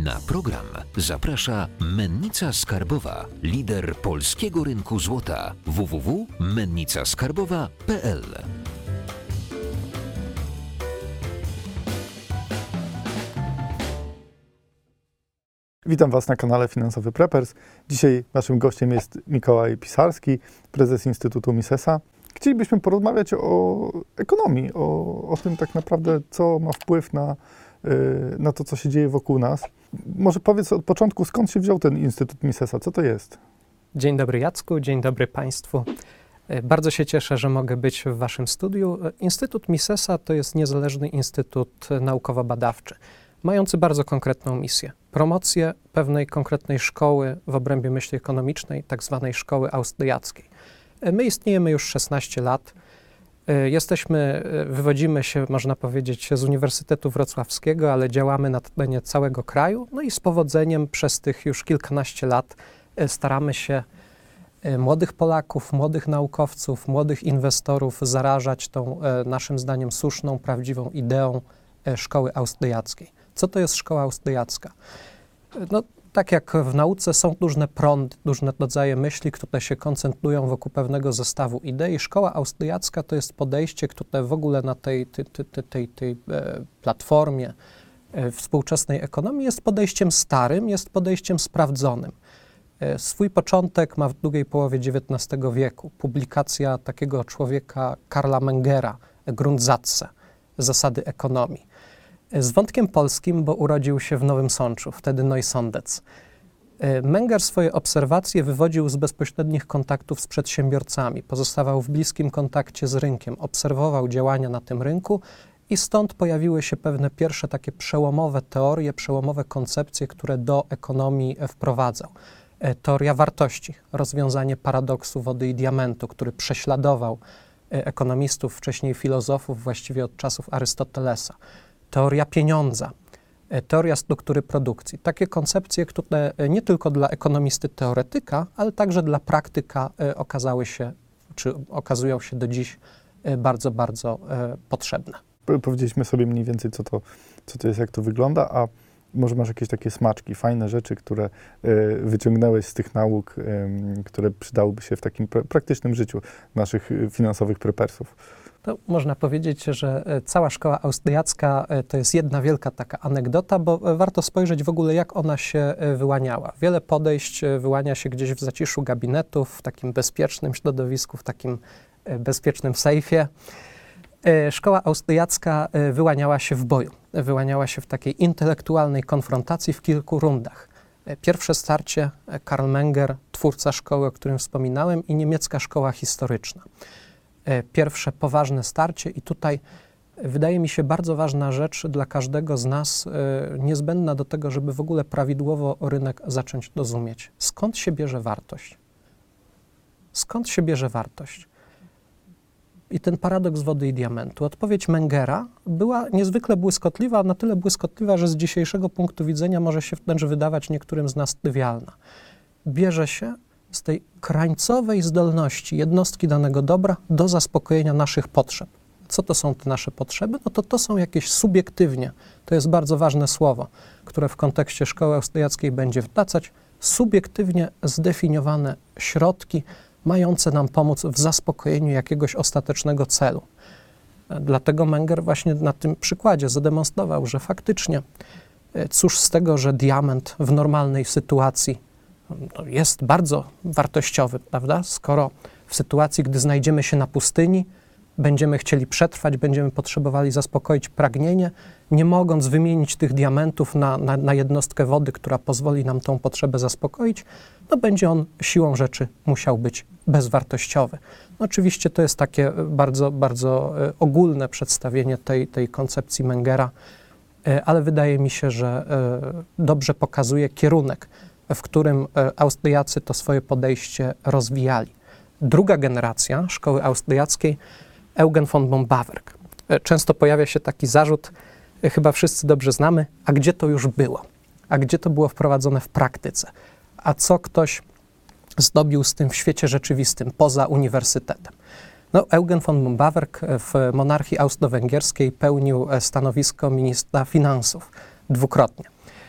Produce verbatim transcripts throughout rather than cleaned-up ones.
Na program zaprasza Mennica Skarbowa, lider polskiego rynku złota. w w w kropka mennica skarbowa kropka p l. Witam Was na kanale Finansowy Preppers. Dzisiaj naszym gościem jest Mikołaj Pisarski, prezes Instytutu Misesa. Chcielibyśmy porozmawiać o ekonomii, o, o tym tak naprawdę, co ma wpływ na, na to, co się dzieje wokół nas. Może powiedz od początku, skąd się wziął ten Instytut Misesa? Co to jest? Dzień dobry Jacku, dzień dobry Państwu. Bardzo się cieszę, że mogę być w Waszym studiu. Instytut Misesa to jest niezależny instytut naukowo-badawczy, mający bardzo konkretną misję. Promocję pewnej konkretnej szkoły w obrębie myśli ekonomicznej, tak zwanej szkoły austriackiej. My istniejemy już szesnaście lat. Jesteśmy, wywodzimy się, można powiedzieć, z Uniwersytetu Wrocławskiego, ale działamy na terenie całego kraju. No i z powodzeniem przez tych już kilkanaście lat staramy się młodych Polaków, młodych naukowców, młodych inwestorów zarażać tą naszym zdaniem słuszną, prawdziwą ideą szkoły austriackiej. Co to jest szkoła austriacka? No, tak jak w nauce są różne prądy, różne rodzaje myśli, które się koncentrują wokół pewnego zestawu idei. Szkoła austriacka to jest podejście, które w ogóle na tej, tej, tej, tej, tej platformie współczesnej ekonomii jest podejściem starym, jest podejściem sprawdzonym. Swój początek ma w drugiej połowie dziewiętnastego wieku. Publikacja takiego człowieka Karla Mengera, Grundsätze, zasady ekonomii. Z wątkiem polskim, bo urodził się w Nowym Sączu, wtedy Neusondec. Menger swoje obserwacje wywodził z bezpośrednich kontaktów z przedsiębiorcami, pozostawał w bliskim kontakcie z rynkiem, obserwował działania na tym rynku i stąd pojawiły się pewne pierwsze takie przełomowe teorie, przełomowe koncepcje, które do ekonomii wprowadzał. Teoria wartości, rozwiązanie paradoksu wody i diamentu, który prześladował ekonomistów, wcześniej filozofów, właściwie od czasów Arystotelesa. Teoria pieniądza, teoria struktury produkcji. Takie koncepcje, które nie tylko dla ekonomisty teoretyka, ale także dla praktyka okazały się, czy okazują się do dziś bardzo, bardzo potrzebne. Powiedzieliśmy sobie mniej więcej, co to, co to jest, jak to wygląda, a może masz jakieś takie smaczki, fajne rzeczy, które wyciągnąłeś z tych nauk, które przydałyby się w takim praktycznym życiu naszych finansowych prepersów? To można powiedzieć, że cała szkoła austriacka to jest jedna wielka taka anegdota, bo warto spojrzeć w ogóle, jak ona się wyłaniała. Wiele podejść wyłania się gdzieś w zaciszu gabinetów, w takim bezpiecznym środowisku, w takim bezpiecznym sejfie. Szkoła austriacka wyłaniała się w boju, wyłaniała się w takiej intelektualnej konfrontacji w kilku rundach. Pierwsze starcie Karl Menger, twórca szkoły, o którym wspominałem, i niemiecka szkoła historyczna. Pierwsze poważne starcie i tutaj wydaje mi się bardzo ważna rzecz dla każdego z nas, niezbędna do tego, żeby w ogóle prawidłowo rynek zacząć rozumieć. Skąd się bierze wartość? Skąd się bierze wartość? I ten paradoks wody i diamentu. Odpowiedź Mengera była niezwykle błyskotliwa, na tyle błyskotliwa, że z dzisiejszego punktu widzenia może się wręcz wydawać niektórym z nas trywialna. Bierze się z tej krańcowej zdolności jednostki danego dobra do zaspokojenia naszych potrzeb. Co to są te nasze potrzeby? No to to są jakieś subiektywnie, to jest bardzo ważne słowo, które w kontekście szkoły austriackiej będzie wracać, subiektywnie zdefiniowane środki mające nam pomóc w zaspokojeniu jakiegoś ostatecznego celu. Dlatego Menger właśnie na tym przykładzie zademonstrował, że faktycznie cóż z tego, że diament w normalnej sytuacji jest bardzo wartościowy, prawda? Skoro w sytuacji, gdy znajdziemy się na pustyni, będziemy chcieli przetrwać, będziemy potrzebowali zaspokoić pragnienie, nie mogąc wymienić tych diamentów na, na, na jednostkę wody, która pozwoli nam tą potrzebę zaspokoić, no będzie on siłą rzeczy musiał być bezwartościowy. No oczywiście to jest takie bardzo, bardzo ogólne przedstawienie tej, tej koncepcji Mengera, ale wydaje mi się, że dobrze pokazuje kierunek, w którym Austriacy to swoje podejście rozwijali. Druga generacja szkoły austriackiej, Eugen von Bombawerk. Często pojawia się taki zarzut, chyba wszyscy dobrze znamy, a gdzie to już było? A gdzie to było wprowadzone w praktyce? A co ktoś zdobił z tym w świecie rzeczywistym, poza uniwersytetem? No, Eugen von Bombawerk w monarchii austro-węgierskiej pełnił stanowisko ministra finansów dwukrotnie.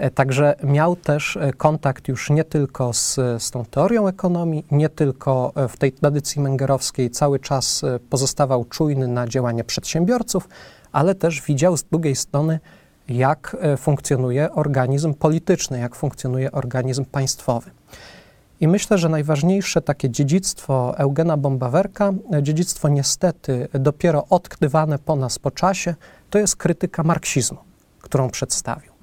Także miał też kontakt już nie tylko z, z tą teorią ekonomii, nie tylko w tej tradycji mengerowskiej, cały czas pozostawał czujny na działanie przedsiębiorców, ale też widział z drugiej strony, jak funkcjonuje organizm polityczny, jak funkcjonuje organizm państwowy. I myślę, że najważniejsze takie dziedzictwo Eugena Bombawerka, dziedzictwo niestety dopiero odkrywane po nas po czasie, to jest krytyka marksizmu, którą przedstawił.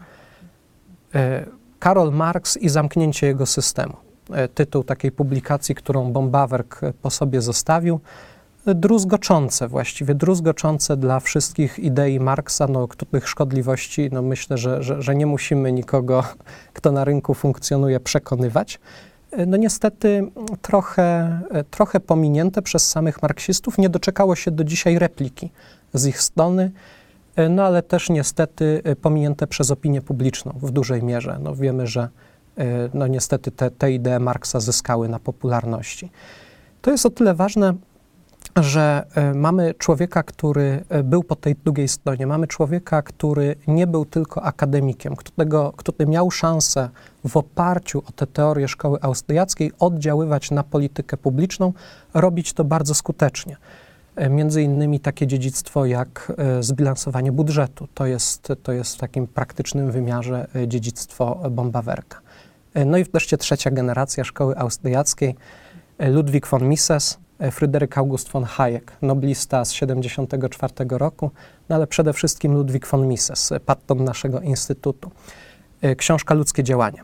Karol Marx i zamknięcie jego systemu. Tytuł takiej publikacji, którą Bombawerk po sobie zostawił, druzgoczące właściwie, druzgoczące dla wszystkich idei Marksa, no, których szkodliwości, no myślę, że, że, że nie musimy nikogo, kto na rynku funkcjonuje, przekonywać. No niestety trochę, trochę pominięte przez samych marksistów, nie doczekało się do dzisiaj repliki z ich strony, no ale też niestety pominięte przez opinię publiczną w dużej mierze. No wiemy, że no niestety te, te idee Marksa zyskały na popularności. To jest o tyle ważne, że mamy człowieka, który był po tej drugiej stronie, mamy człowieka, który nie był tylko akademikiem, którego, który miał szansę w oparciu o te teorie szkoły austriackiej oddziaływać na politykę publiczną, robić to bardzo skutecznie. Między innymi takie dziedzictwo jak zbilansowanie budżetu, to jest, to jest w takim praktycznym wymiarze dziedzictwo Bombawerka. No i wreszcie trzecia generacja szkoły austriackiej, Ludwik von Mises, Fryderyk August von Hayek, noblista z siedemdziesiątego czwartego roku, no ale przede wszystkim Ludwik von Mises, patron naszego instytutu. Książka Ludzkie działanie.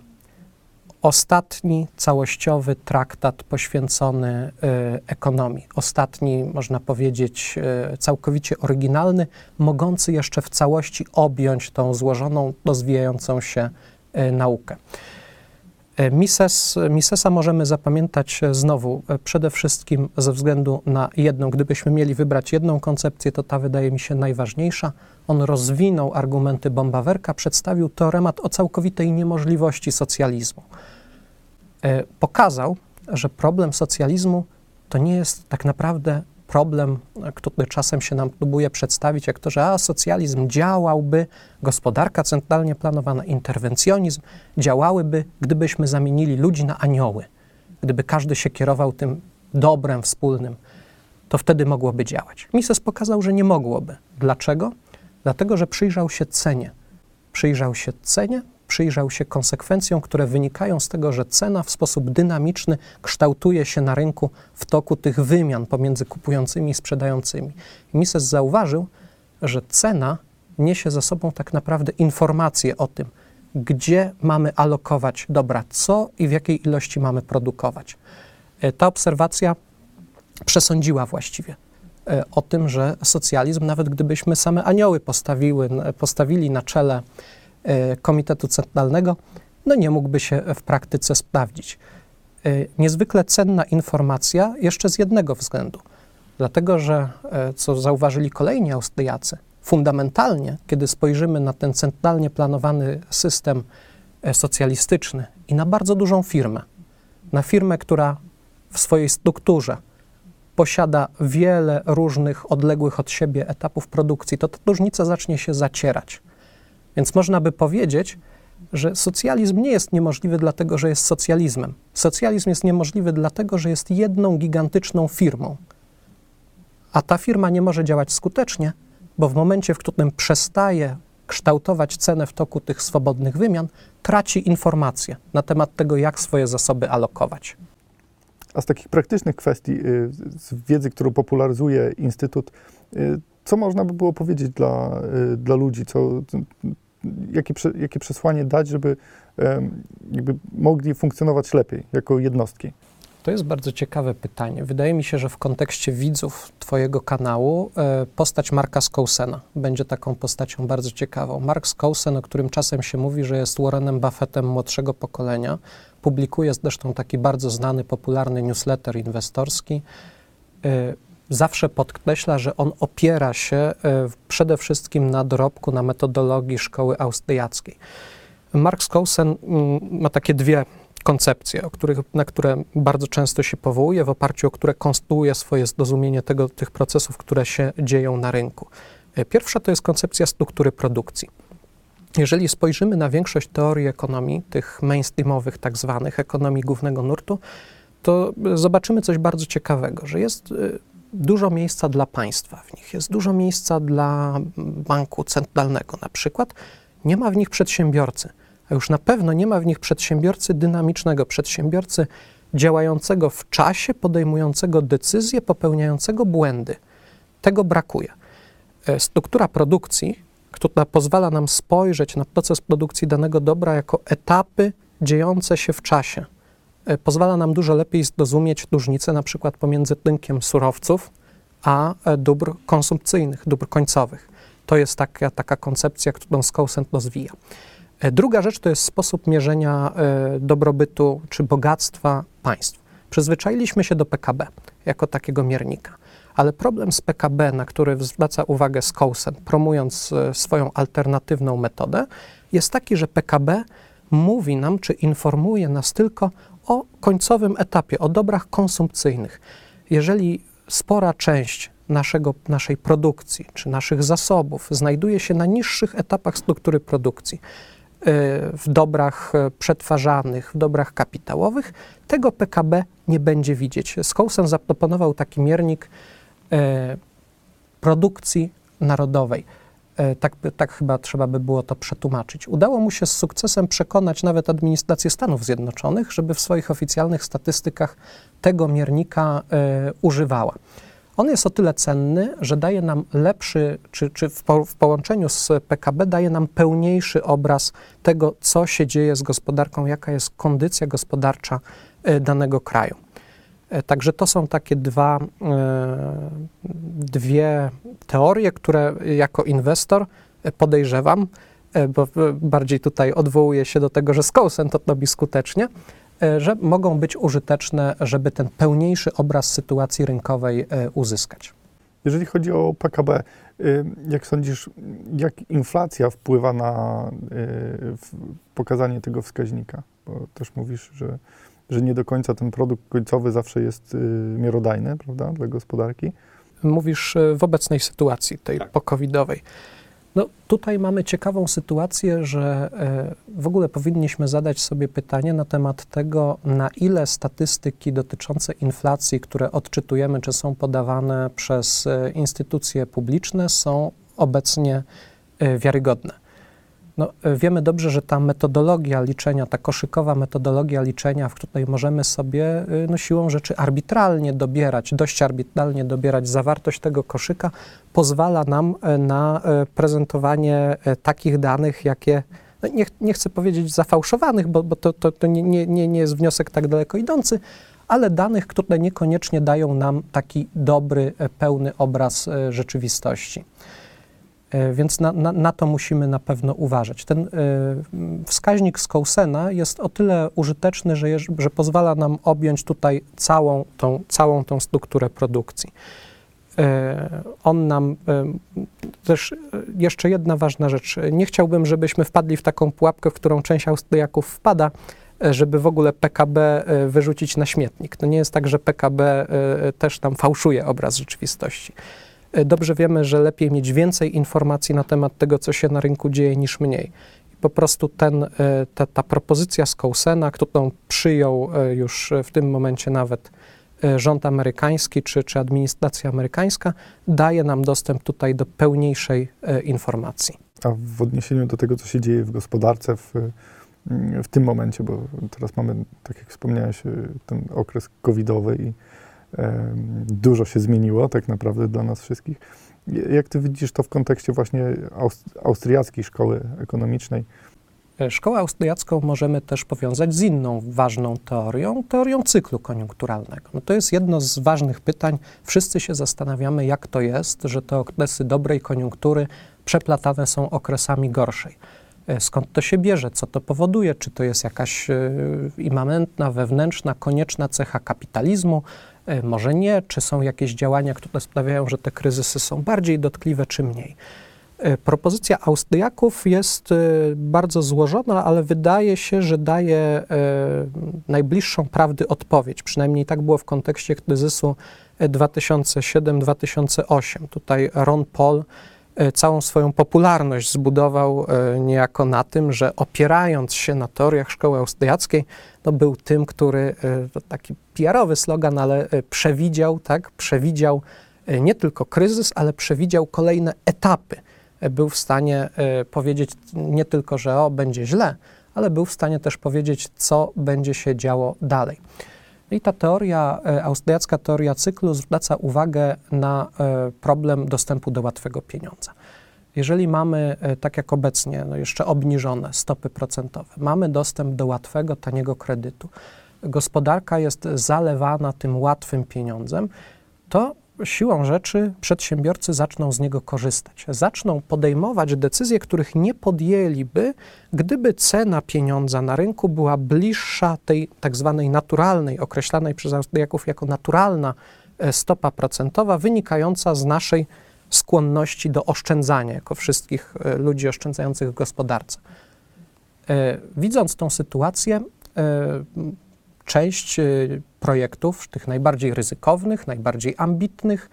Ostatni całościowy traktat poświęcony y, ekonomii. Ostatni, można powiedzieć, y, całkowicie oryginalny, mogący jeszcze w całości objąć tą złożoną, rozwijającą się y, naukę. Mises, Misesa możemy zapamiętać znowu przede wszystkim ze względu na jedną. Gdybyśmy mieli wybrać jedną koncepcję, to ta wydaje mi się najważniejsza. On rozwinął argumenty Bombawerka, przedstawił teoremat o całkowitej niemożliwości socjalizmu. Pokazał, że problem socjalizmu to nie jest tak naprawdę problem, który czasem się nam próbuje przedstawić, jak to, że a, socjalizm działałby, gospodarka centralnie planowana, interwencjonizm działałyby, gdybyśmy zamienili ludzi na anioły. Gdyby każdy się kierował tym dobrem wspólnym, to wtedy mogłoby działać. Mises pokazał, że nie mogłoby. Dlaczego? Dlatego, że przyjrzał się cenie. Przyjrzał się cenie, przyjrzał się konsekwencjom, które wynikają z tego, że cena w sposób dynamiczny kształtuje się na rynku w toku tych wymian pomiędzy kupującymi i sprzedającymi. I Mises zauważył, że cena niesie za sobą tak naprawdę informacje o tym, gdzie mamy alokować dobra, co i w jakiej ilości mamy produkować. Ta obserwacja przesądziła właściwie o tym, że socjalizm, nawet gdybyśmy same anioły postawiły, postawili na czele Komitetu Centralnego, no nie mógłby się w praktyce sprawdzić. Niezwykle cenna informacja jeszcze z jednego względu. Dlatego, że, co zauważyli kolejni Austriacy, fundamentalnie, kiedy spojrzymy na ten centralnie planowany system socjalistyczny i na bardzo dużą firmę, na firmę, która w swojej strukturze posiada wiele różnych odległych od siebie etapów produkcji, to ta różnica zacznie się zacierać. Więc można by powiedzieć, że socjalizm nie jest niemożliwy dlatego, że jest socjalizmem. Socjalizm jest niemożliwy dlatego, że jest jedną gigantyczną firmą. A ta firma nie może działać skutecznie, bo w momencie, w którym przestaje kształtować cenę w toku tych swobodnych wymian, traci informacje na temat tego, jak swoje zasoby alokować. A z takich praktycznych kwestii, z wiedzy, którą popularyzuje Instytut, co można by było powiedzieć dla, dla ludzi, co, jakie, jakie przesłanie dać, żeby jakby mogli funkcjonować lepiej jako jednostki? To jest bardzo ciekawe pytanie. Wydaje mi się, że w kontekście widzów Twojego kanału postać Marka Skousena będzie taką postacią bardzo ciekawą. Mark Skousen, o którym czasem się mówi, że jest Warrenem Buffettem młodszego pokolenia, publikuje zresztą taki bardzo znany, popularny newsletter inwestorski. Zawsze podkreśla, że on opiera się przede wszystkim na dorobku, na metodologii szkoły austriackiej. Mark Skousen ma takie dwie koncepcje, o których, na które bardzo często się powołuje, w oparciu o które konstruuje swoje zrozumienie tego, tych procesów, które się dzieją na rynku. Pierwsza to jest koncepcja struktury produkcji. Jeżeli spojrzymy na większość teorii ekonomii, tych mainstreamowych tak zwanych, ekonomii głównego nurtu, to zobaczymy coś bardzo ciekawego, że jest dużo miejsca dla państwa w nich, jest dużo miejsca dla banku centralnego na przykład. Nie ma w nich przedsiębiorcy, a już na pewno nie ma w nich przedsiębiorcy dynamicznego, przedsiębiorcy działającego w czasie, podejmującego decyzje, popełniającego błędy. Tego brakuje. Struktura produkcji, która pozwala nam spojrzeć na proces produkcji danego dobra jako etapy dziejące się w czasie, pozwala nam dużo lepiej zrozumieć różnicę na przykład pomiędzy rynkiem surowców a dóbr konsumpcyjnych, dóbr końcowych. To jest taka, taka koncepcja, którą Skousen rozwija. Druga rzecz to jest sposób mierzenia dobrobytu czy bogactwa państw. Przyzwyczailiśmy się do P K B jako takiego miernika, ale problem z P K B, na który zwraca uwagę Skousen, promując swoją alternatywną metodę, jest taki, że P K B mówi nam, czy informuje nas tylko o końcowym etapie, o dobrach konsumpcyjnych. Jeżeli spora część naszego, naszej produkcji czy naszych zasobów znajduje się na niższych etapach struktury produkcji, w dobrach przetwarzanych, w dobrach kapitałowych, tego P K B nie będzie widzieć. Skousen zaproponował taki miernik produkcji narodowej. Tak, tak chyba trzeba by było to przetłumaczyć. Udało mu się z sukcesem przekonać nawet administrację Stanów Zjednoczonych, żeby w swoich oficjalnych statystykach tego miernika e, używała. On jest o tyle cenny, że daje nam lepszy, czy, czy w, po, w połączeniu z P K B daje nam pełniejszy obraz tego, co się dzieje z gospodarką, jaka jest kondycja gospodarcza e, danego kraju. Także to są takie dwa, dwie teorie, które jako inwestor podejrzewam, bo bardziej tutaj odwołuję się do tego, że Skousen to robi skutecznie, że mogą być użyteczne, żeby ten pełniejszy obraz sytuacji rynkowej uzyskać. Jeżeli chodzi o P K B, jak sądzisz, jak inflacja wpływa na pokazanie tego wskaźnika? Bo też mówisz, że że nie do końca ten produkt końcowy zawsze jest y, miarodajny, prawda, dla gospodarki. Mówisz w obecnej sytuacji, tej tak. po-covidowej. No tutaj mamy ciekawą sytuację, że y, w ogóle powinniśmy zadać sobie pytanie na temat tego, na ile statystyki dotyczące inflacji, które odczytujemy, czy są podawane przez y, instytucje publiczne, są obecnie y, wiarygodne. No, wiemy dobrze, że ta metodologia liczenia, ta koszykowa metodologia liczenia, w której możemy sobie no, siłą rzeczy arbitralnie dobierać, dość arbitralnie dobierać zawartość tego koszyka, pozwala nam na prezentowanie takich danych, jakie, no, nie, nie chcę powiedzieć zafałszowanych, bo, bo to, to, to nie, nie, nie jest wniosek tak daleko idący, ale danych, które niekoniecznie dają nam taki dobry, pełny obraz rzeczywistości. Więc na, na, na to musimy na pewno uważać. Ten y, wskaźnik Skousena jest o tyle użyteczny, że, je, że pozwala nam objąć tutaj całą tą, całą tą strukturę produkcji. Y, on nam y, też y, jeszcze jedna ważna rzecz. Nie chciałbym, żebyśmy wpadli w taką pułapkę, w którą część Austriaków wpada, żeby w ogóle P K B wyrzucić na śmietnik. To nie jest tak, że P K B y, też tam fałszuje obraz rzeczywistości. Dobrze wiemy, że lepiej mieć więcej informacji na temat tego, co się na rynku dzieje, niż mniej. I po prostu ten, ta, ta propozycja Skousena, którą przyjął już w tym momencie nawet rząd amerykański czy, czy administracja amerykańska, daje nam dostęp tutaj do pełniejszej informacji. A w odniesieniu do tego, co się dzieje w gospodarce w, w tym momencie, bo teraz mamy, tak jak wspomniałeś, ten okres covidowy i dużo się zmieniło tak naprawdę dla nas wszystkich. Jak ty widzisz to w kontekście właśnie aust- austriackiej szkoły ekonomicznej? Szkołę austriacką możemy też powiązać z inną ważną teorią, teorią cyklu koniunkturalnego. No to jest jedno z ważnych pytań. Wszyscy się zastanawiamy, jak to jest, że te okresy dobrej koniunktury przeplatane są okresami gorszej. Skąd to się bierze? Co to powoduje? Czy to jest jakaś immanentna, wewnętrzna, konieczna cecha kapitalizmu? Może nie. Czy są jakieś działania, które sprawiają, że te kryzysy są bardziej dotkliwe, czy mniej? Propozycja Austriaków jest bardzo złożona, ale wydaje się, że daje najbliższą prawdy odpowiedź. Przynajmniej tak było w kontekście kryzysu dwa tysiące siedem dwa tysiące osiem. Tutaj Ron Paul całą swoją popularność zbudował niejako na tym, że opierając się na teoriach szkoły austriackiej, no był tym, który, to taki P R-owy slogan, ale przewidział, tak, przewidział nie tylko kryzys, ale przewidział kolejne etapy. Był w stanie powiedzieć nie tylko, że o, będzie źle, ale był w stanie też powiedzieć, co będzie się działo dalej. I ta teoria, austriacka teoria cyklu zwraca uwagę na problem dostępu do łatwego pieniądza. Jeżeli mamy, tak jak obecnie, no jeszcze obniżone stopy procentowe, mamy dostęp do łatwego, taniego kredytu, gospodarka jest zalewana tym łatwym pieniądzem, to siłą rzeczy przedsiębiorcy zaczną z niego korzystać. Zaczną podejmować decyzje, których nie podjęliby, gdyby cena pieniądza na rynku była bliższa tej tak zwanej naturalnej, określanej przez Austriaków jako naturalna stopa procentowa, wynikająca z naszej skłonności do oszczędzania, jako wszystkich ludzi oszczędzających w gospodarce. Widząc tą sytuację, część projektów, tych najbardziej ryzykownych, najbardziej ambitnych,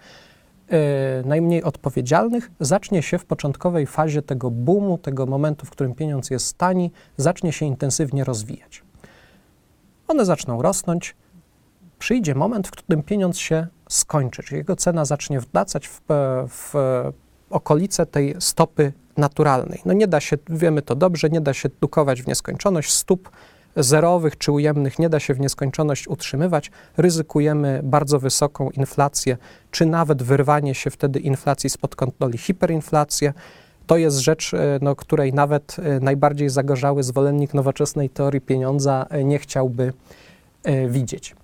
najmniej odpowiedzialnych, zacznie się w początkowej fazie tego boomu, tego momentu, w którym pieniądz jest tani, zacznie się intensywnie rozwijać. One zaczną rosnąć, przyjdzie moment, w którym pieniądz się skończy, czyli jego cena zacznie wracać w, w okolice tej stopy naturalnej. No nie da się, wiemy to dobrze, nie da się drukować w nieskończoność stóp zerowych czy ujemnych, nie da się w nieskończoność utrzymywać, ryzykujemy bardzo wysoką inflację, czy nawet wyrwanie się wtedy inflacji spod kontroli, hiperinflację. To jest rzecz, no, której nawet najbardziej zagorzały zwolennik nowoczesnej teorii pieniądza nie chciałby widzieć.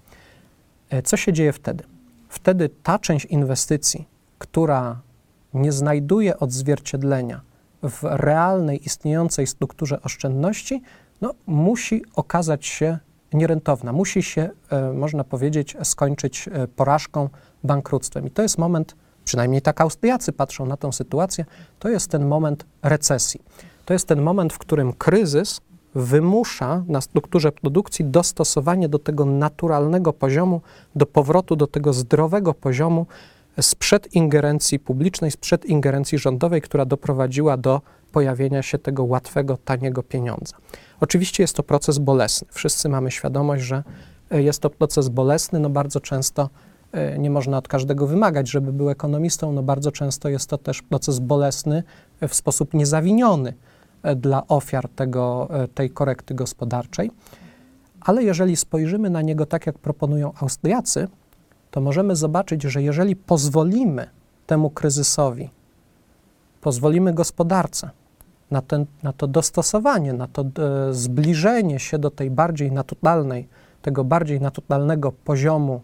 Co się dzieje wtedy? Wtedy ta część inwestycji, która nie znajduje odzwierciedlenia w realnej, istniejącej strukturze oszczędności, no, musi okazać się nierentowna, musi się, e, można powiedzieć, skończyć e, porażką, bankructwem. I to jest moment, przynajmniej tak Austriacy patrzą na tę sytuację, to jest ten moment recesji. To jest ten moment, w którym kryzys wymusza na strukturze produkcji dostosowanie do tego naturalnego poziomu, do powrotu do tego zdrowego poziomu sprzed ingerencji publicznej, sprzed ingerencji rządowej, która doprowadziła do pojawienia się tego łatwego, taniego pieniądza. Oczywiście jest to proces bolesny. Wszyscy mamy świadomość, że jest to proces bolesny. No bardzo często nie można od każdego wymagać, żeby był ekonomistą. No bardzo często jest to też proces bolesny w sposób niezawiniony dla ofiar tego, tej korekty gospodarczej. Ale jeżeli spojrzymy na niego tak, jak proponują Austriacy, to możemy zobaczyć, że jeżeli pozwolimy temu kryzysowi, pozwolimy gospodarce na, ten, na to dostosowanie, na to e, zbliżenie się do tej bardziej naturalnej, tego bardziej naturalnego poziomu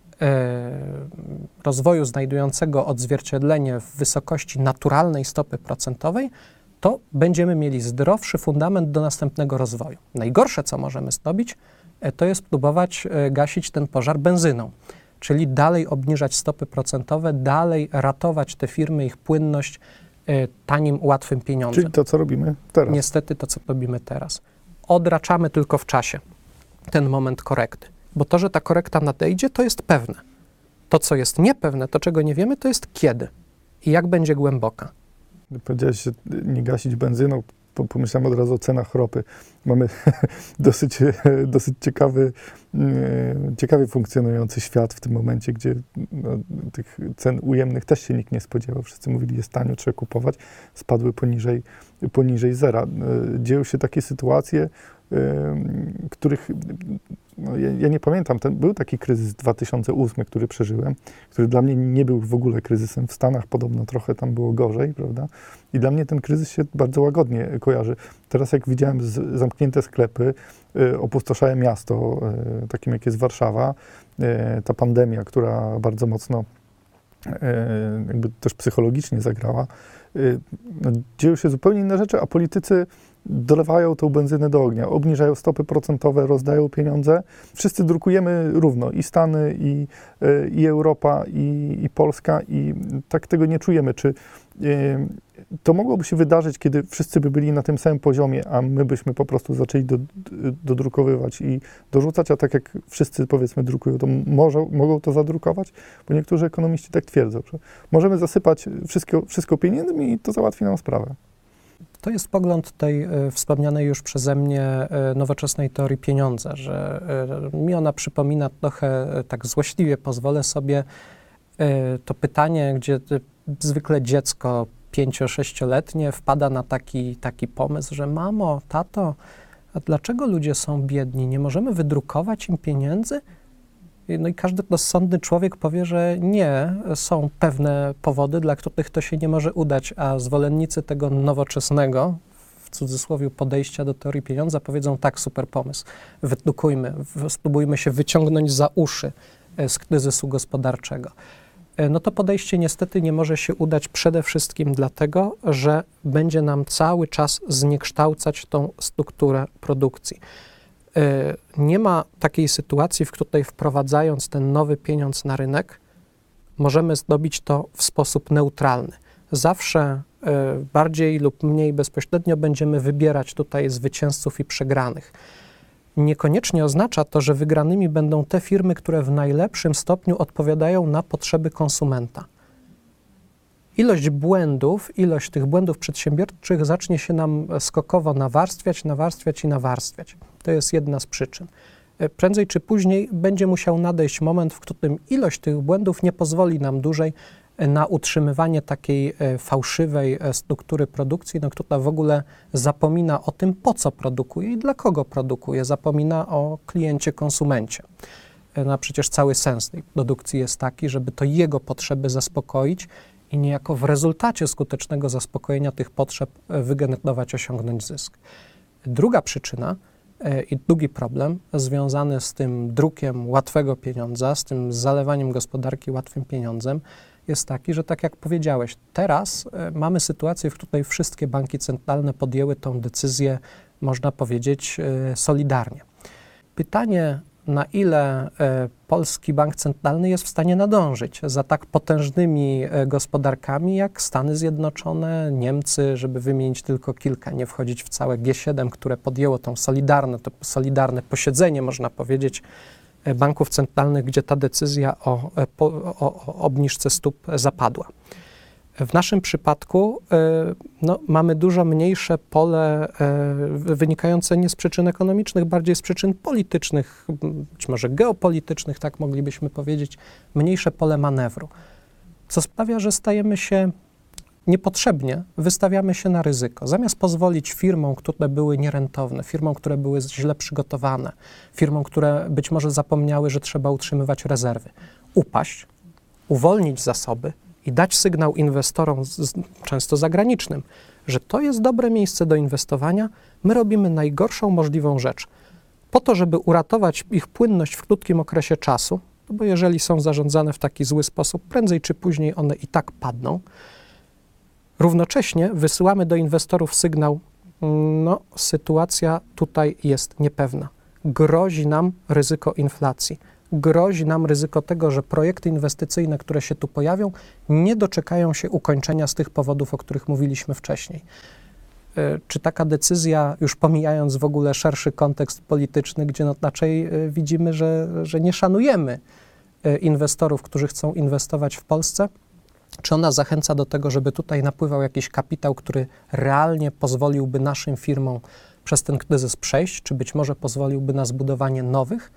e, rozwoju znajdującego odzwierciedlenie w wysokości naturalnej stopy procentowej, to będziemy mieli zdrowszy fundament do następnego rozwoju. Najgorsze, co możemy zrobić, e, to jest próbować e, gasić ten pożar benzyną, czyli dalej obniżać stopy procentowe, dalej ratować te firmy, ich płynność y, tanim, łatwym pieniądzem. Czyli to, co robimy teraz. Niestety to, co robimy teraz. Odraczamy tylko w czasie ten moment korekty, bo to, że ta korekta nadejdzie, to jest pewne. To, co jest niepewne, to, czego nie wiemy, to jest kiedy i jak będzie głęboka. Powiedziałeś, że nie gasić benzyną, pomyślałem od razu o cenach ropy. Mamy dosyć, dosyć ciekawy, ciekawie funkcjonujący świat w tym momencie, gdzie no, tych cen ujemnych też się nikt nie spodziewał. Wszyscy mówili, jest tanio, trzeba kupować. Spadły poniżej, poniżej zera. Dzieją się takie sytuacje, których no, ja, ja nie pamiętam. Ten, był taki kryzys dwa tysiące ósmy, który przeżyłem, który dla mnie nie był w ogóle kryzysem. W Stanach podobno trochę tam było gorzej, prawda? I dla mnie ten kryzys się bardzo łagodnie kojarzy. Teraz jak widziałem z, zamknięte sklepy, y, opustoszałe miasto, y, takim jak jest Warszawa, y, ta pandemia, która bardzo mocno y, jakby też psychologicznie zagrała, y, no, dzieją się zupełnie inne rzeczy, a politycy dolewają tą benzynę do ognia, obniżają stopy procentowe, rozdają pieniądze. Wszyscy drukujemy równo, i Stany, i, i Europa, i, i Polska, i tak tego nie czujemy. Czy to mogłoby się wydarzyć, kiedy wszyscy by byli na tym samym poziomie, a my byśmy po prostu zaczęli do, dodrukowywać i dorzucać, a tak jak wszyscy, powiedzmy, drukują, to może, mogą to zadrukować? Bo niektórzy ekonomiści tak twierdzą, że możemy zasypać wszystko, wszystko pieniędzmi i to załatwi nam sprawę. To jest pogląd tej y, wspomnianej już przeze mnie y, nowoczesnej teorii pieniądza, że y, mi ona przypomina trochę, y, tak złośliwie pozwolę sobie, y, to pytanie, gdzie y, zwykle dziecko pięcio-sześcioletnie wpada na taki, taki pomysł, że mamo, tato, a dlaczego ludzie są biedni? Nie możemy wydrukować im pieniędzy? No i każdy rozsądny człowiek powie, że nie, są pewne powody, dla których to się nie może udać, a zwolennicy tego nowoczesnego, w cudzysłowie, podejścia do teorii pieniądza powiedzą tak, super pomysł, wydrukujmy, spróbujmy się wyciągnąć za uszy z kryzysu gospodarczego. No to podejście niestety nie może się udać przede wszystkim dlatego, że będzie nam cały czas zniekształcać tą strukturę produkcji. Nie ma takiej sytuacji, w której wprowadzając ten nowy pieniądz na rynek, możemy zrobić to w sposób neutralny. Zawsze bardziej lub mniej bezpośrednio będziemy wybierać tutaj zwycięzców i przegranych. Niekoniecznie oznacza to, że wygranymi będą te firmy, które w najlepszym stopniu odpowiadają na potrzeby konsumenta. Ilość błędów, ilość tych błędów przedsiębiorczych zacznie się nam skokowo nawarstwiać, nawarstwiać i nawarstwiać. To jest jedna z przyczyn. Prędzej czy później będzie musiał nadejść moment, w którym ilość tych błędów nie pozwoli nam dłużej na utrzymywanie takiej fałszywej struktury produkcji, no, która w ogóle zapomina o tym, po co produkuje i dla kogo produkuje, zapomina o kliencie, konsumencie. No, a przecież cały sens tej produkcji jest taki, żeby to jego potrzeby zaspokoić i niejako w rezultacie skutecznego zaspokojenia tych potrzeb wygenerować, osiągnąć zysk. Druga przyczyna i drugi problem związany z tym drukiem łatwego pieniądza, z tym zalewaniem gospodarki łatwym pieniądzem, jest taki, że tak jak powiedziałeś, teraz mamy sytuację, w której wszystkie banki centralne podjęły tą decyzję, można powiedzieć, solidarnie. Pytanie, na ile polski bank centralny jest w stanie nadążyć za tak potężnymi gospodarkami jak Stany Zjednoczone, Niemcy, żeby wymienić tylko kilka, nie wchodzić w całe G siedem, które podjęło tą solidarne, to solidarne posiedzenie, można powiedzieć, banków centralnych, gdzie ta decyzja o, o, o obniżce stóp zapadła. W naszym przypadku no, mamy dużo mniejsze pole wynikające nie z przyczyn ekonomicznych, bardziej z przyczyn politycznych, być może geopolitycznych, tak moglibyśmy powiedzieć, mniejsze pole manewru, co sprawia, że stajemy się niepotrzebnie, wystawiamy się na ryzyko. Zamiast pozwolić firmom, które były nierentowne, firmom, które były źle przygotowane, firmom, które być może zapomniały, że trzeba utrzymywać rezerwy, upaść, uwolnić zasoby i dać sygnał inwestorom, z, często zagranicznym, że to jest dobre miejsce do inwestowania, my robimy najgorszą możliwą rzecz. Po to, żeby uratować ich płynność w krótkim okresie czasu, bo jeżeli są zarządzane w taki zły sposób, prędzej czy później one i tak padną. Równocześnie wysyłamy do inwestorów sygnał, no sytuacja tutaj jest niepewna. Grozi nam ryzyko inflacji. Grozi nam ryzyko tego, że projekty inwestycyjne, które się tu pojawią, nie doczekają się ukończenia z tych powodów, o których mówiliśmy wcześniej. Czy taka decyzja, już pomijając w ogóle szerszy kontekst polityczny, gdzie no raczej widzimy, że, że nie szanujemy inwestorów, którzy chcą inwestować w Polsce, czy ona zachęca do tego, żeby tutaj napływał jakiś kapitał, który realnie pozwoliłby naszym firmom przez ten kryzys przejść, czy być może pozwoliłby na zbudowanie nowych?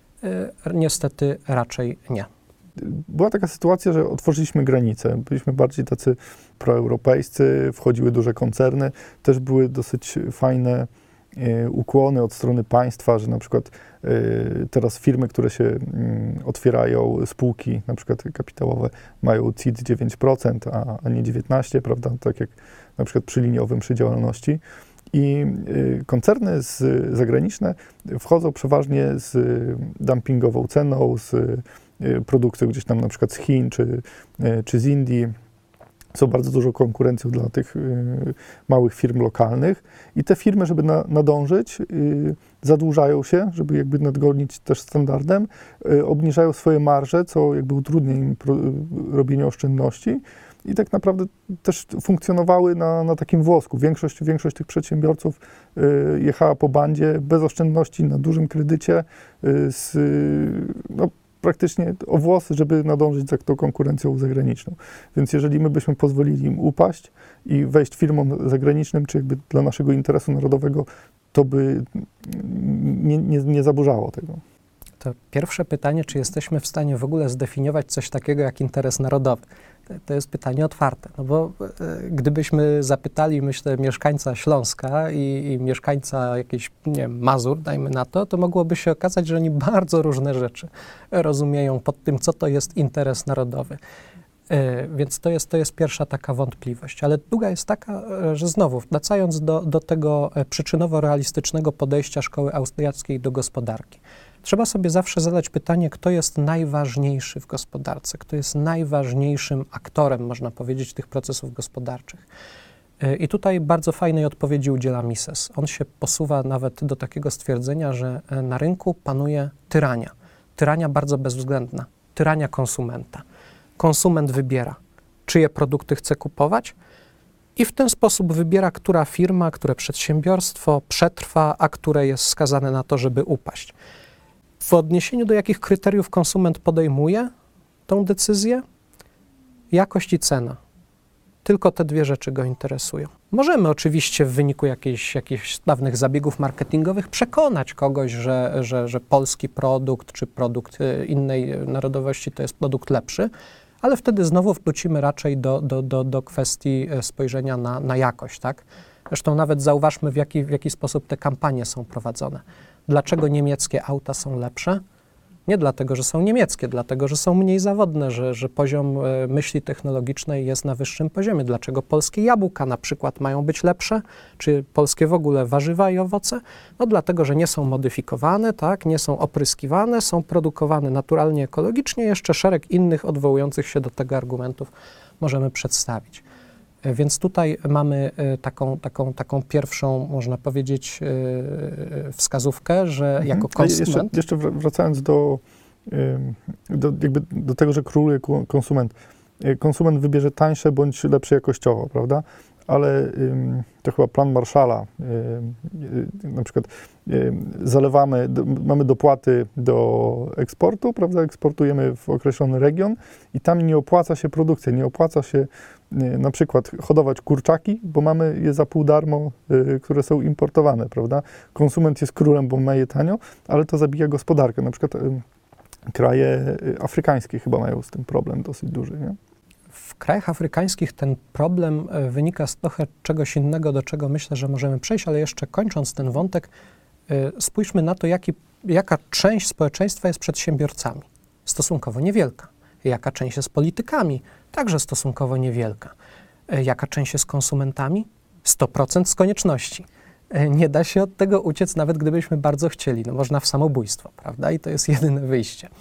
Niestety raczej nie. Była taka sytuacja, że otworzyliśmy granice. Byliśmy bardziej tacy proeuropejscy, wchodziły duże koncerny. Też były dosyć fajne y, ukłony od strony państwa, że na przykład y, teraz firmy, które się y, otwierają, spółki na przykład kapitałowe, mają C I T dziewięć procent, a, a nie dziewiętnaście procent, prawda? Tak jak na przykład przy liniowym, przy działalności. I y, koncerny z, zagraniczne wchodzą przeważnie z y, dumpingową ceną, z y, produkcją gdzieś tam na przykład z Chin czy, y, czy z Indii. są bardzo dużą konkurencją dla tych y, małych firm lokalnych i te firmy, żeby na, nadążyć, y, zadłużają się, żeby jakby nadgonić też standardem, y, obniżają swoje marże, co jakby utrudnia im pro, y, robienie oszczędności i tak naprawdę też funkcjonowały na, na takim włosku. Większość, większość tych przedsiębiorców y, jechała po bandzie bez oszczędności, na dużym kredycie, y, z, y, no, praktycznie o włosy, żeby nadążyć za tą konkurencją zagraniczną. Więc jeżeli my byśmy pozwolili im upaść i wejść firmom zagranicznym, czy jakby dla naszego interesu narodowego, to by nie, nie, nie zaburzało tego. To pierwsze pytanie, czy jesteśmy w stanie w ogóle zdefiniować coś takiego jak interes narodowy? To jest pytanie otwarte, no bo e, gdybyśmy zapytali, myślę, mieszkańca Śląska i, i mieszkańca jakiejś, nie wiem, Mazur, dajmy na to, to mogłoby się okazać, że oni bardzo różne rzeczy rozumieją pod tym, co to jest interes narodowy. E, więc to jest, to jest pierwsza taka wątpliwość. Ale druga jest taka, że znowu, wracając do, do tego przyczynowo-realistycznego podejścia szkoły austriackiej do gospodarki, trzeba sobie zawsze zadać pytanie, kto jest najważniejszy w gospodarce, kto jest najważniejszym aktorem, można powiedzieć, tych procesów gospodarczych. I tutaj bardzo fajnej odpowiedzi udziela Mises. On się posuwa nawet do takiego stwierdzenia, że na rynku panuje tyrania. Tyrania bardzo bezwzględna, tyrania konsumenta. Konsument wybiera, czyje produkty chce kupować i w ten sposób wybiera, która firma, które przedsiębiorstwo przetrwa, a które jest skazane na to, żeby upaść. W odniesieniu do jakich kryteriów konsument podejmuje tą decyzję? Jakość i cena. Tylko te dwie rzeczy go interesują. Możemy oczywiście w wyniku jakichś, jakichś dawnych zabiegów marketingowych przekonać kogoś, że, że, że polski produkt czy produkt innej narodowości to jest produkt lepszy, ale wtedy znowu wrócimy raczej do, do, do, do kwestii spojrzenia na, na jakość, tak? Zresztą nawet zauważmy, w jaki, w jaki sposób te kampanie są prowadzone. Dlaczego niemieckie auta są lepsze? Nie dlatego, że są niemieckie, dlatego, że są mniej zawodne, że, że poziom e, myśli technologicznej jest na wyższym poziomie. Dlaczego polskie jabłka na przykład mają być lepsze, czy polskie w ogóle warzywa i owoce? No dlatego, że nie są modyfikowane, tak, nie są opryskiwane, są produkowane naturalnie, ekologicznie. Jeszcze szereg innych odwołujących się do tego argumentów możemy przedstawić. Więc tutaj mamy taką, taką, taką pierwszą, można powiedzieć, wskazówkę, że mhm. jako konsument... Jeszcze, jeszcze wracając do, do, jakby do tego, że króluje konsument. Konsument wybierze tańsze bądź lepsze jakościowo, prawda? Ale to chyba plan Marshalla, na przykład zalewamy, mamy dopłaty do eksportu, prawda? Eksportujemy w określony region i tam nie opłaca się produkcja, nie opłaca się na przykład hodować kurczaki, bo mamy je za pół darmo, które są importowane, prawda? Konsument jest królem, bo ma je tanio, ale to zabija gospodarkę. Na przykład kraje afrykańskie chyba mają z tym problem dosyć duży, nie? W krajach afrykańskich ten problem wynika z trochę czegoś innego, do czego myślę, że możemy przejść, ale jeszcze kończąc ten wątek, spójrzmy na to, jaki, jaka część społeczeństwa jest przedsiębiorcami. Stosunkowo niewielka. Jaka część jest politykami? Także stosunkowo niewielka. Jaka część jest konsumentami? sto procent z konieczności. Nie da się od tego uciec, nawet gdybyśmy bardzo chcieli. No można w samobójstwo, prawda? I to jest jedyne wyjście.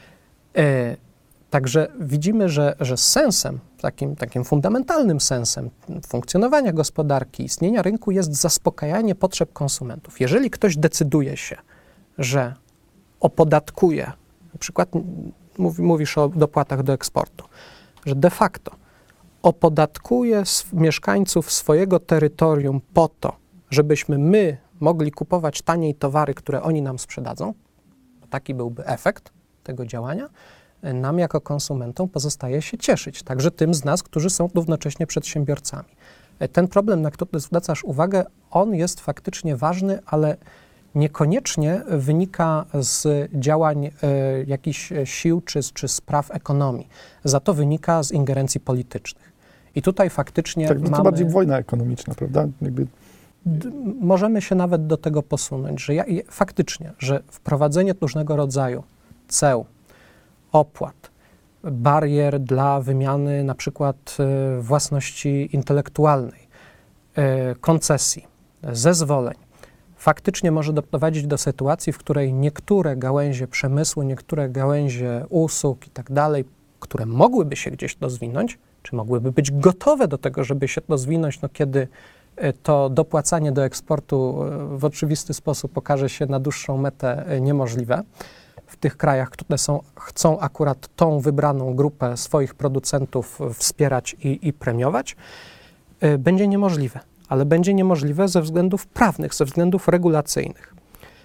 Także widzimy, że, że sensem, takim, takim fundamentalnym sensem funkcjonowania gospodarki, istnienia rynku jest zaspokajanie potrzeb konsumentów. Jeżeli ktoś decyduje się, że opodatkuje, na przykład mówi, mówisz o dopłatach do eksportu, że de facto opodatkuje mieszkańców swojego terytorium po to, żebyśmy my mogli kupować taniej towary, które oni nam sprzedadzą, taki byłby efekt tego działania, nam jako konsumentom pozostaje się cieszyć, także tym z nas, którzy są równocześnie przedsiębiorcami. Ten problem, na który zwracasz uwagę, on jest faktycznie ważny, ale niekoniecznie wynika z działań e, jakichś sił czy, czy spraw ekonomii. Za to wynika z ingerencji politycznych. I tutaj faktycznie tak, mamy... to bardziej wojna ekonomiczna, prawda? Jakby... D- możemy się nawet do tego posunąć, że ja, faktycznie, że wprowadzenie różnego rodzaju ceł, opłat, barier dla wymiany na przykład e, własności intelektualnej, e, koncesji, zezwoleń, faktycznie może doprowadzić do sytuacji, w której niektóre gałęzie przemysłu, niektóre gałęzie usług i tak dalej, które mogłyby się gdzieś rozwinąć, czy mogłyby być gotowe do tego, żeby się rozwinąć, no kiedy to dopłacanie do eksportu w oczywisty sposób okaże się na dłuższą metę niemożliwe. W tych krajach, które są, chcą akurat tą wybraną grupę swoich producentów wspierać i, i premiować, będzie niemożliwe. Ale będzie niemożliwe ze względów prawnych, ze względów regulacyjnych.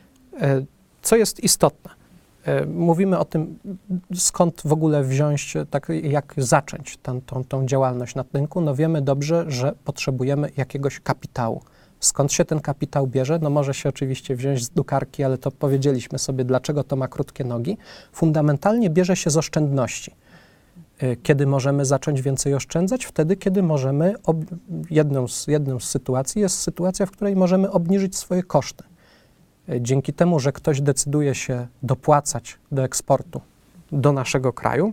Co jest istotne? Mówimy o tym, skąd w ogóle wziąć, tak jak zacząć tę, tą, tą działalność na rynku. No wiemy dobrze, że potrzebujemy jakiegoś kapitału. Skąd się ten kapitał bierze? No może się oczywiście wziąć z drukarki, ale to powiedzieliśmy sobie, dlaczego to ma krótkie nogi. Fundamentalnie bierze się z oszczędności. Kiedy możemy zacząć więcej oszczędzać? Wtedy, kiedy możemy, ob... jedną, z, jedną z sytuacji jest sytuacja, w której możemy obniżyć swoje koszty. Dzięki temu, że ktoś decyduje się dopłacać do eksportu do naszego kraju,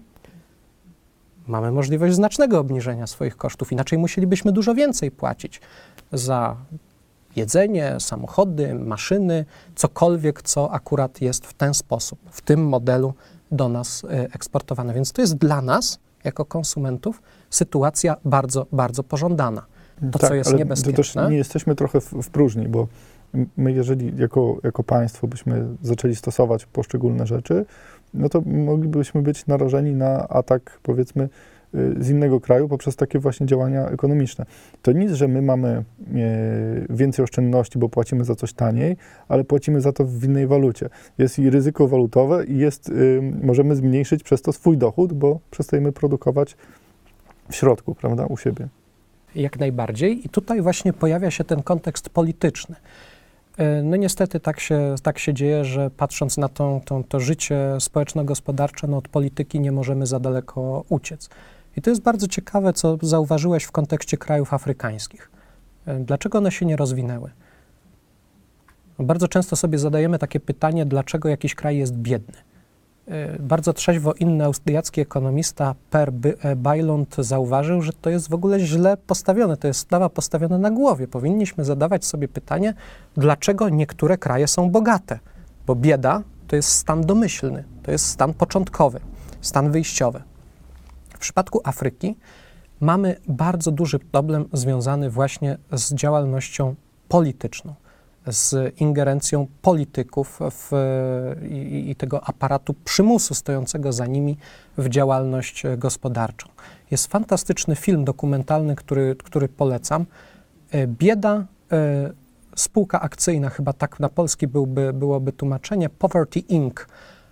mamy możliwość znacznego obniżenia swoich kosztów. Inaczej musielibyśmy dużo więcej płacić za jedzenie, samochody, maszyny, cokolwiek, co akurat jest w ten sposób, w tym modelu do nas eksportowane. Więc to jest dla nas, jako konsumentów, sytuacja bardzo, bardzo pożądana. To, tak, co jest ale niebezpieczne. To też nie jesteśmy trochę w, w próżni, bo my, jeżeli jako, jako państwo byśmy zaczęli stosować poszczególne rzeczy, no to moglibyśmy być narażeni na atak, powiedzmy, z innego kraju poprzez takie właśnie działania ekonomiczne. To nic, że my mamy e, więcej oszczędności, bo płacimy za coś taniej, ale płacimy za to w innej walucie. Jest i ryzyko walutowe i jest, y, możemy zmniejszyć przez to swój dochód, bo przestajemy produkować w środku, prawda, u siebie. Jak najbardziej. I tutaj właśnie pojawia się ten kontekst polityczny. No niestety tak się, tak się dzieje, że patrząc na tą, tą, to życie społeczno-gospodarcze, no od polityki nie możemy za daleko uciec. I to jest bardzo ciekawe, co zauważyłeś w kontekście krajów afrykańskich. Dlaczego one się nie rozwinęły? Bardzo często sobie zadajemy takie pytanie, dlaczego jakiś kraj jest biedny. Bardzo trzeźwo inny austriacki ekonomista Per Bylund zauważył, że to jest w ogóle źle postawione, to jest sprawa postawiona na głowie. Powinniśmy zadawać sobie pytanie, dlaczego niektóre kraje są bogate, bo bieda to jest stan domyślny, to jest stan początkowy, stan wyjściowy. W przypadku Afryki mamy bardzo duży problem związany właśnie z działalnością polityczną, z ingerencją polityków w, i, i tego aparatu przymusu stojącego za nimi w działalność gospodarczą. Jest fantastyczny film dokumentalny, który, który polecam. Bieda, spółka akcyjna, chyba tak na polski byłby, byłoby tłumaczenie, Poverty incorporated.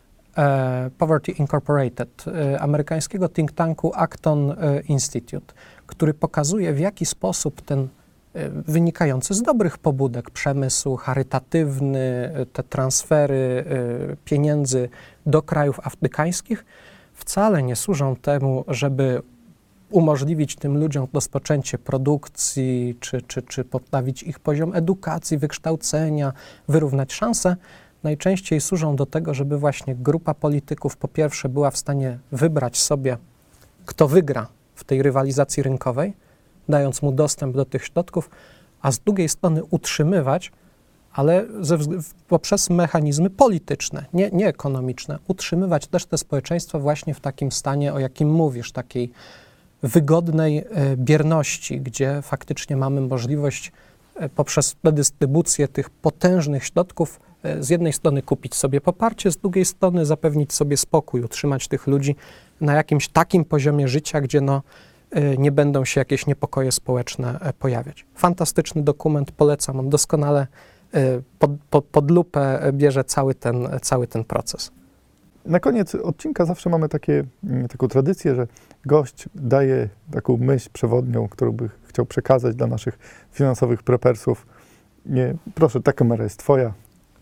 Poverty Incorporated, amerykańskiego think tanku Acton Institute, który pokazuje, w jaki sposób ten wynikający z dobrych pobudek przemysł charytatywny, te transfery pieniędzy do krajów afrykańskich wcale nie służą temu, żeby umożliwić tym ludziom rozpoczęcie produkcji, czy, czy, czy poprawić ich poziom edukacji, wykształcenia, wyrównać szanse. Najczęściej służą do tego, żeby właśnie grupa polityków po pierwsze była w stanie wybrać sobie, kto wygra w tej rywalizacji rynkowej, dając mu dostęp do tych środków, a z drugiej strony utrzymywać, ale ze, poprzez mechanizmy polityczne, nie, nie ekonomiczne, utrzymywać też te społeczeństwa właśnie w takim stanie, o jakim mówisz, takiej wygodnej e, bierności, gdzie faktycznie mamy możliwość e, poprzez redystrybucję tych potężnych środków e, z jednej strony kupić sobie poparcie, z drugiej strony zapewnić sobie spokój, utrzymać tych ludzi na jakimś takim poziomie życia, gdzie no, nie będą się jakieś niepokoje społeczne pojawiać. Fantastyczny dokument, polecam, on doskonale pod, pod, pod lupę bierze cały ten, cały ten proces. Na koniec odcinka zawsze mamy takie, taką tradycję, że gość daje taką myśl przewodnią, którą by chciał przekazać dla naszych finansowych prepersów. Nie, proszę, ta kamera jest twoja.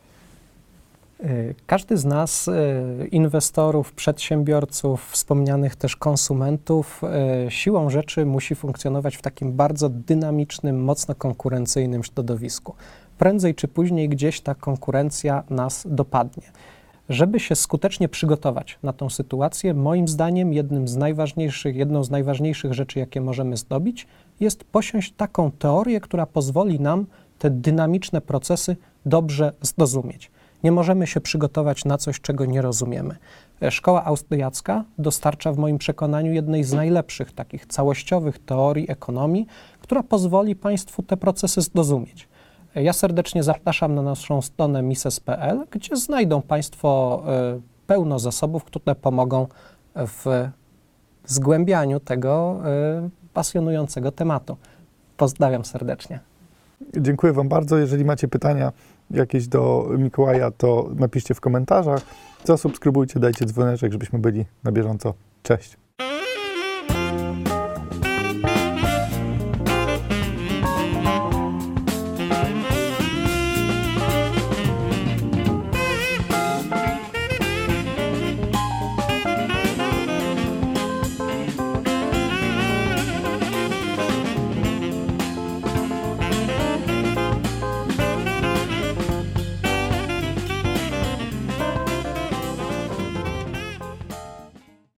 Każdy z nas, inwestorów, przedsiębiorców, wspomnianych też konsumentów, siłą rzeczy musi funkcjonować w takim bardzo dynamicznym, mocno konkurencyjnym środowisku. Prędzej czy później gdzieś ta konkurencja nas dopadnie. Żeby się skutecznie przygotować na tą sytuację, moim zdaniem jednym z najważniejszych, jedną z najważniejszych rzeczy, jakie możemy zdobyć, jest posiąść taką teorię, która pozwoli nam te dynamiczne procesy dobrze zrozumieć. Nie możemy się przygotować na coś, czego nie rozumiemy. Szkoła austriacka dostarcza w moim przekonaniu jednej z najlepszych takich całościowych teorii ekonomii, która pozwoli Państwu te procesy zrozumieć. Ja serdecznie zapraszam na naszą stronę mises kropka pe el, gdzie znajdą Państwo y, pełno zasobów, które pomogą w zgłębianiu tego y, pasjonującego tematu. Pozdrawiam serdecznie. Dziękuję Wam bardzo. Jeżeli macie pytania jakieś do Mikołaja, to napiszcie w komentarzach. Zasubskrybujcie, dajcie dzwoneczek, żebyśmy byli na bieżąco. Cześć!